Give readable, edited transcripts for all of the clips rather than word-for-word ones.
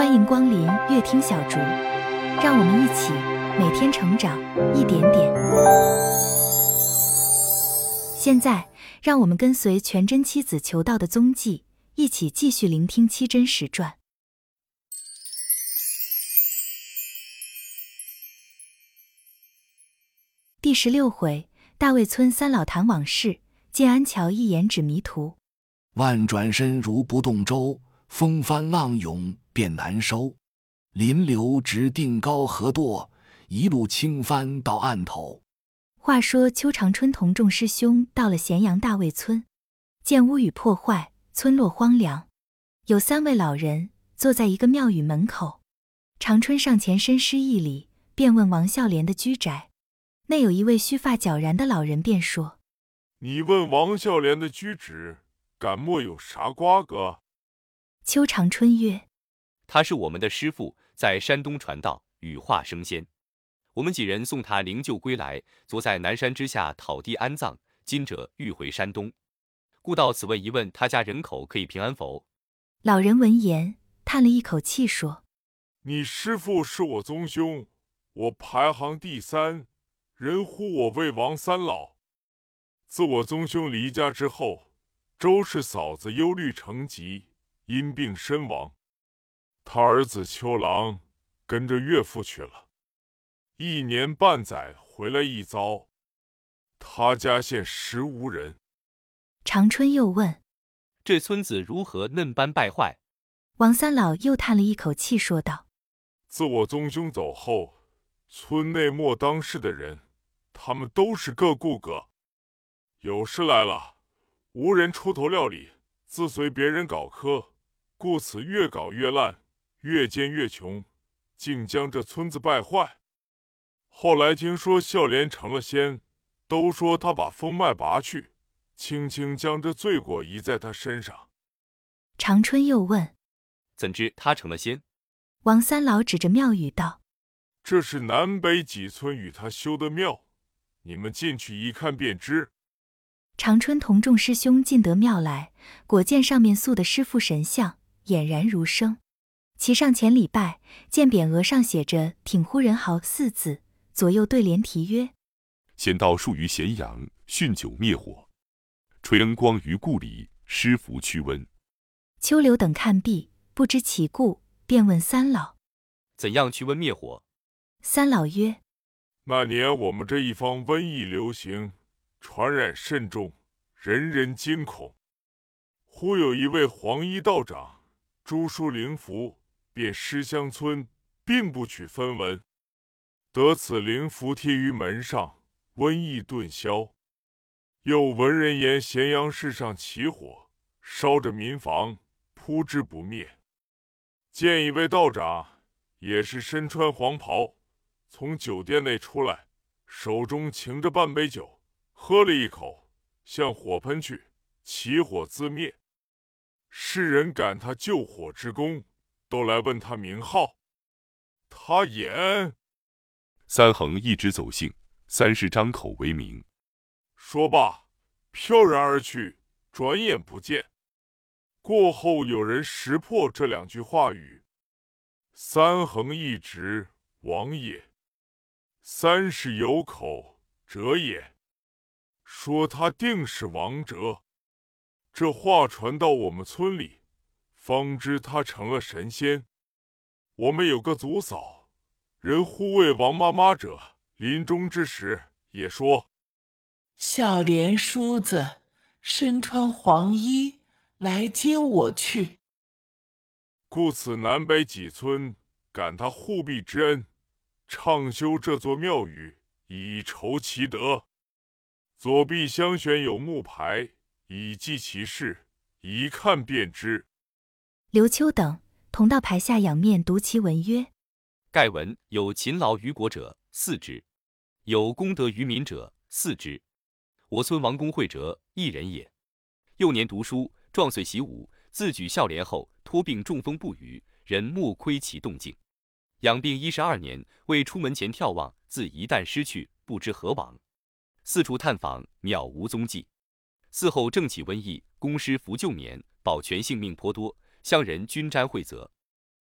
欢迎光临乐听小竹，让我们一起每天成长一点点。现在，让我们跟随全真七子求道的踪迹，一起继续聆听七真实传。第16回，大卫村三老谈往事，建安桥一言指迷途。 万转身如不动舟，风翻浪涌便难收。临流直定高河堕，一路轻帆到岸头。 话说邱长春同众师兄到了咸阳大卫村，见屋宇破坏，村落荒凉，有3位老人坐在一个庙宇门口。长春上前深施一礼，便问王孝廉的居宅。内有一位须发皎然的老人便说： 你问王孝廉的居址，敢莫有啥瓜葛？ 邱长春曰： 他是我们的师父，在山东传道，羽化升仙。我们几人送他灵柩归来，昨在南山之下讨地安葬，今者欲回山东，故到此问一问他家人口可以平安否？ 老人闻言叹了一口气说： 你师父是我宗兄，我排行第3，人呼我为王三老。自我宗兄离家之后，周氏嫂子忧虑成疾，因病身亡。他儿子秋郎跟着岳父去了，1年半载回来一遭，他家现实无人。 长春又问： 这村子如何嫩般败坏？ 王三老又叹了一口气说道： 自我宗兄走后，村内莫当事的人，他们都是各顾各，有事来了，无人出头料理，自随别人搞科，故此越搞越烂，越建越穷，竟将这村子败坏。后来听说孝廉成了仙，都说他把封脉拔去，轻轻将这罪过移在他身上。 长春又问： 怎知他成了仙？ 王三老指着庙宇道： 这是南北几村与他修的庙，你们进去一看便知。 长春同众师兄进得庙来，果见上面塑的师父神像，俨然如生。其上前礼拜，见匾额上写着挺乎人豪4字，左右对联题曰： 仙道术于咸阳，训酒灭火，垂灯光于故里，施福驱瘟。 秋柳等看毕，不知其故，便问三老： 怎样驱瘟灭火？ 三老曰： 那年我们这一方瘟疫流行，传染甚重，人人惊恐。忽有一位黄衣道长，诛书灵符，便施乡村，并不取分文。得此灵符贴于门上，瘟疫顿消。又闻人言咸阳市上起火，烧着民房，扑之不灭。见一位道长，也是身穿黄袍，从酒店内出来，手中擎着半杯酒，喝了一口，向火喷去，起火自灭。世人感他救火之功，都来问他名号。他言： 三横一直走性，3世张口为名。 说罢，飘然而去，转眼不见。过后有人识破这2句话语：三横一直，王也；三世有口，者也。说他定是王者。这话传到我们村里，方知他成了神仙。我们有个祖嫂，人呼为王妈妈者，临终之时也说： 孝廉叔子身穿黄衣，来接我去。 故此南北几村感他护庇之恩，畅修这座庙宇，以酬其德。左壁相悬有木牌，以记其事，一看便知。 刘秋等同到牌下仰面读其文曰： 盖文有勤劳于国者4之，有功德于民者4之。我村王公惠哲1人也。幼年读书，壮岁习武，自举孝廉后，托病中风不愈，人莫窥其动静。养病12年，未出门前眺望，自一旦失去，不知何往。四处探访，渺无踪迹。嗣后正起瘟疫，公师服救免，保全性命颇多，乡人均沾惠泽。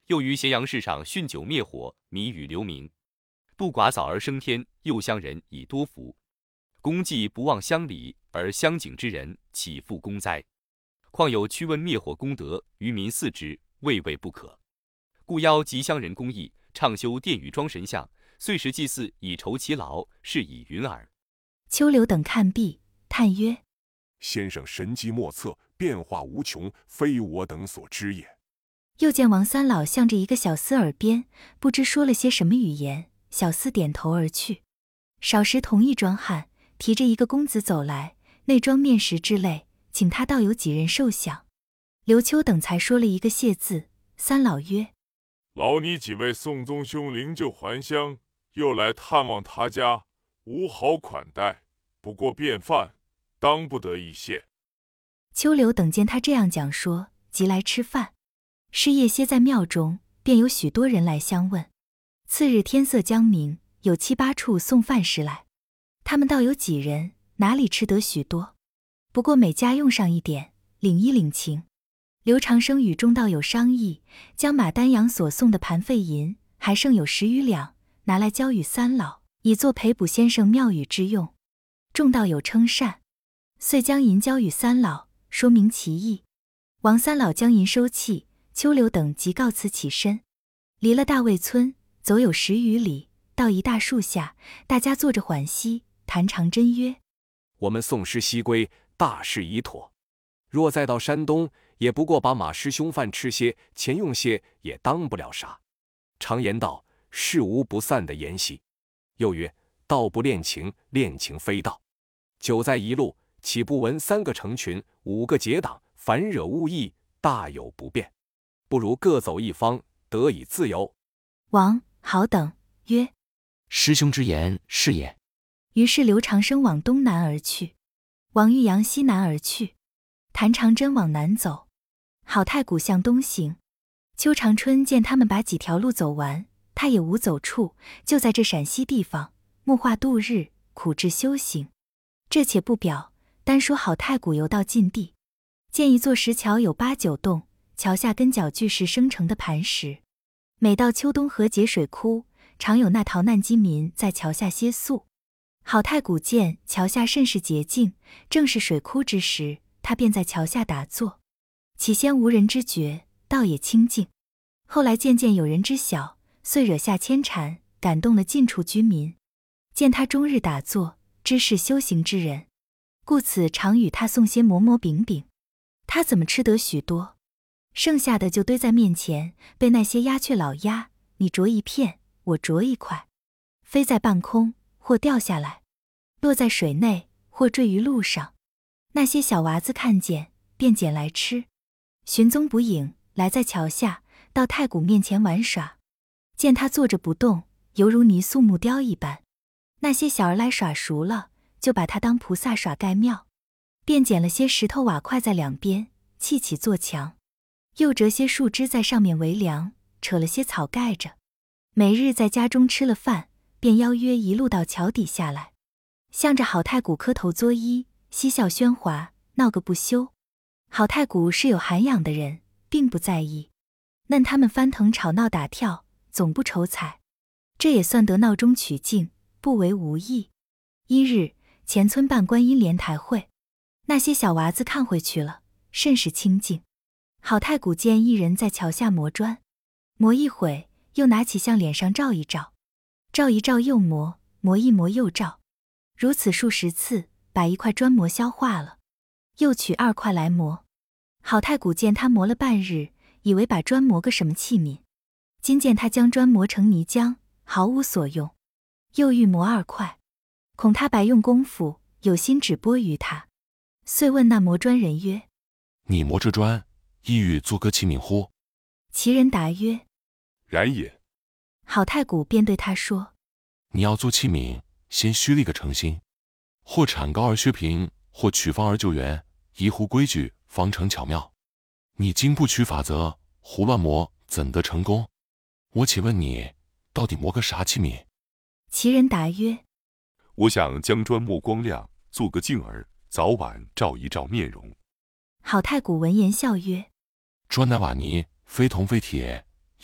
又于咸阳市上酗酒灭火，靡与流民。杜寡早而升天，又乡人以多福。公既不忘乡里，而乡景之人岂复公哉？况有驱瘟灭火功德，于民祀之，未未不可。故邀及乡人公义，畅修殿宇庄神像，岁时祭祀，以酬其劳，是以云耳。 丘柳等看毕，叹曰： 先生神机莫测，变化无穷，非我等所知也。 又见王三老向着一个小厮耳边，不知说了些什么语言，小厮点头而去。少时同一庄汉提着一个公子走来，内装面食之类，请他倒有几人受享。刘秋等才说了一个谢字。三老曰： 劳你几位宋宗兄灵柩还乡，又来探望他家，无好款待，不过便饭，当不得一谢。 秋柳等见他这样讲说，即来吃饭。是夜歇在庙中，便有许多人来相问。次日天色将明，有7、8处送饭食来。他们倒有几人，哪里吃得许多？不过每家用上一点，领一领情。刘长生与众道友商议，将马丹阳所送的盘费银，还剩有10余两，拿来交与三老，以作陪补先生庙宇之用。众道友称善，遂将银交与三老，说明其意。王三老将银收讫，秋柳等即告辞起身，离了大卫村，走有10余里，到一大树下，大家坐着缓息，谈长真曰： 我们宋师西归，大事已妥。若再到山东，也不过把马师兄饭吃些，钱用些，也当不了啥。常言道，事无不散的筵席。又曰，道不恋情，恋情非道。久在一路，岂不闻3个成群，5个结党，烦惹物议，大有不便。不如各走一方，得以自由。 王好等曰： 师兄之言是也。 于是刘长生往东南而去，王玉阳西南而去，谭长真往南走，郝太古向东行。邱长春见他们把几条路走完，他也无走处，就在这陕西地方木化度日，苦志修行。这且不表，单说郝太古游到近地，见一座石桥有8、9栋，桥下根脚俱是生成的磐石。每到秋冬河结水枯，常有那逃难饥民在桥下歇宿。郝太古见桥下甚是洁净，正是水枯之时，他便在桥下打坐。起先无人知觉，倒也清静。后来渐渐有人知晓，遂惹下牵缠，感动了近处居民。见他终日打坐，知是修行之人，故此常与他送些馍馍饼饼。他怎么吃得许多，剩下的就堆在面前，被那些鸦雀老鸦，你啄一片，我啄一块，飞在半空，或掉下来，落在水内，或坠于路上。那些小娃子看见，便捡来吃。寻踪捕影，来在桥下，到太古面前玩耍。见他坐着不动，犹如泥塑木雕一般。那些小儿来耍熟了，就把他当菩萨耍盖庙，便捡了些石头瓦块在两边，砌起做墙，又折些树枝在上面为梁，扯了些草盖着。每日在家中吃了饭，便邀约一路到桥底下来，向着郝太古磕头作揖，嬉笑喧哗，闹个不休。郝太古是有涵养的人，并不在意，嫩他们翻腾吵闹打跳，总不愁彩，这也算得闹中取静，不为无益。一日，前村办观音莲台会，那些小娃子看回去了，甚是清静。郝太古见一人在桥下磨砖，磨一会，又拿起向脸上照一照，照一照又磨，磨一磨又照，如此数10次，把一块砖磨消化了，又取2块来磨。郝太古见他磨了半日，以为把砖磨个什么器皿，今见他将砖磨成泥浆，毫无所用，又欲磨2块，恐他白用功夫，有心指拨于他，遂问那磨砖人曰： 你磨这砖，意欲做个器皿乎？ 其人答曰： 然也。 郝太古便对他说： 你要做器皿，先须立个诚心，或铲高而削平，或取方而就圆，宜乎规矩，方成巧妙。你经不取法则，胡乱磨，怎得成功？我且问你，到底磨个啥器皿？ 其人答曰： 我想将砖磨光亮，做个镜儿，早晚照一照面容。 郝太古闻言笑曰： 砖乃瓦泥，非铜非铁，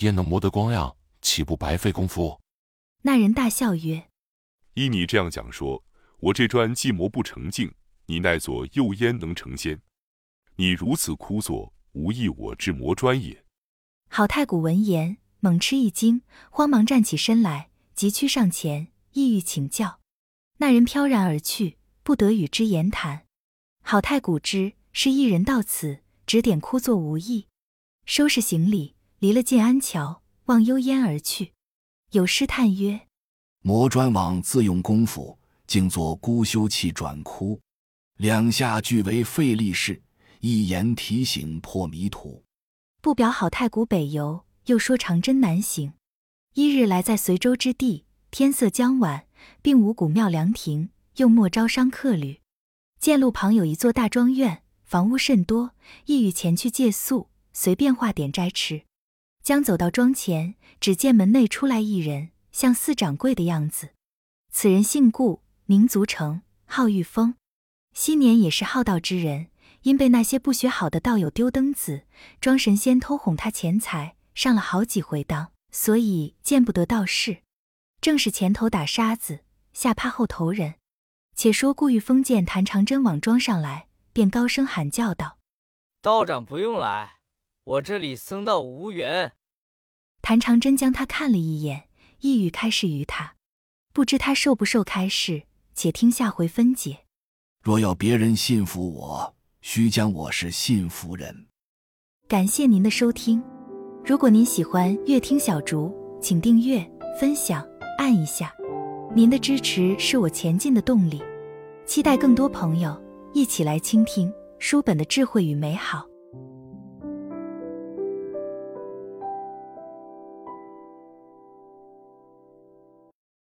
焉能磨得光亮，岂不白费功夫？ 那人大笑曰： 依你这样讲说，我这砖既磨不成镜，你奈作又焉能成仙？你如此枯坐，无益我之磨砖也。 好太古闻言，猛吃一惊，慌忙站起身来，急趋上前，意欲请教。那人飘然而去，不得与之言谈。好太古知是一人到此，指点枯坐无益，收拾行李，离了晋安桥，望幽烟而去。有诗叹曰： 磨砖枉自用功夫，竟作孤休气转枯。两下俱为费力事，一言提醒破迷途。 不表好太古北游，又说长征南行。一日来在随州之地，天色将晚，并无古庙凉亭，又莫招商客旅。见路旁有一座大庄院，房屋甚多，意欲前去借宿，随便画点斋吃。将走到庄前，只见门内出来一人，像四掌柜的样子。此人姓顾，名足成，号玉峰。昔年也是好道之人，因被那些不学好的道友丢灯子，庄神仙偷哄他钱财，上了好几回当，所以见不得道士。正是前头打沙子，下趴后头人。且说顾玉峰见谭长真往庄上来，便高声喊叫道： 道长不用来，我这里僧道无缘。 谭长真将他看了一眼，意欲开示于他，不知他受不受开示，且听下回分解。 若要别人信服我，须将我是信服人。 感谢您的收听，如果您喜欢乐听小竹，请订阅、分享、按一下，您的支持是我前进的动力。期待更多朋友一起来倾听书本的智慧与美好。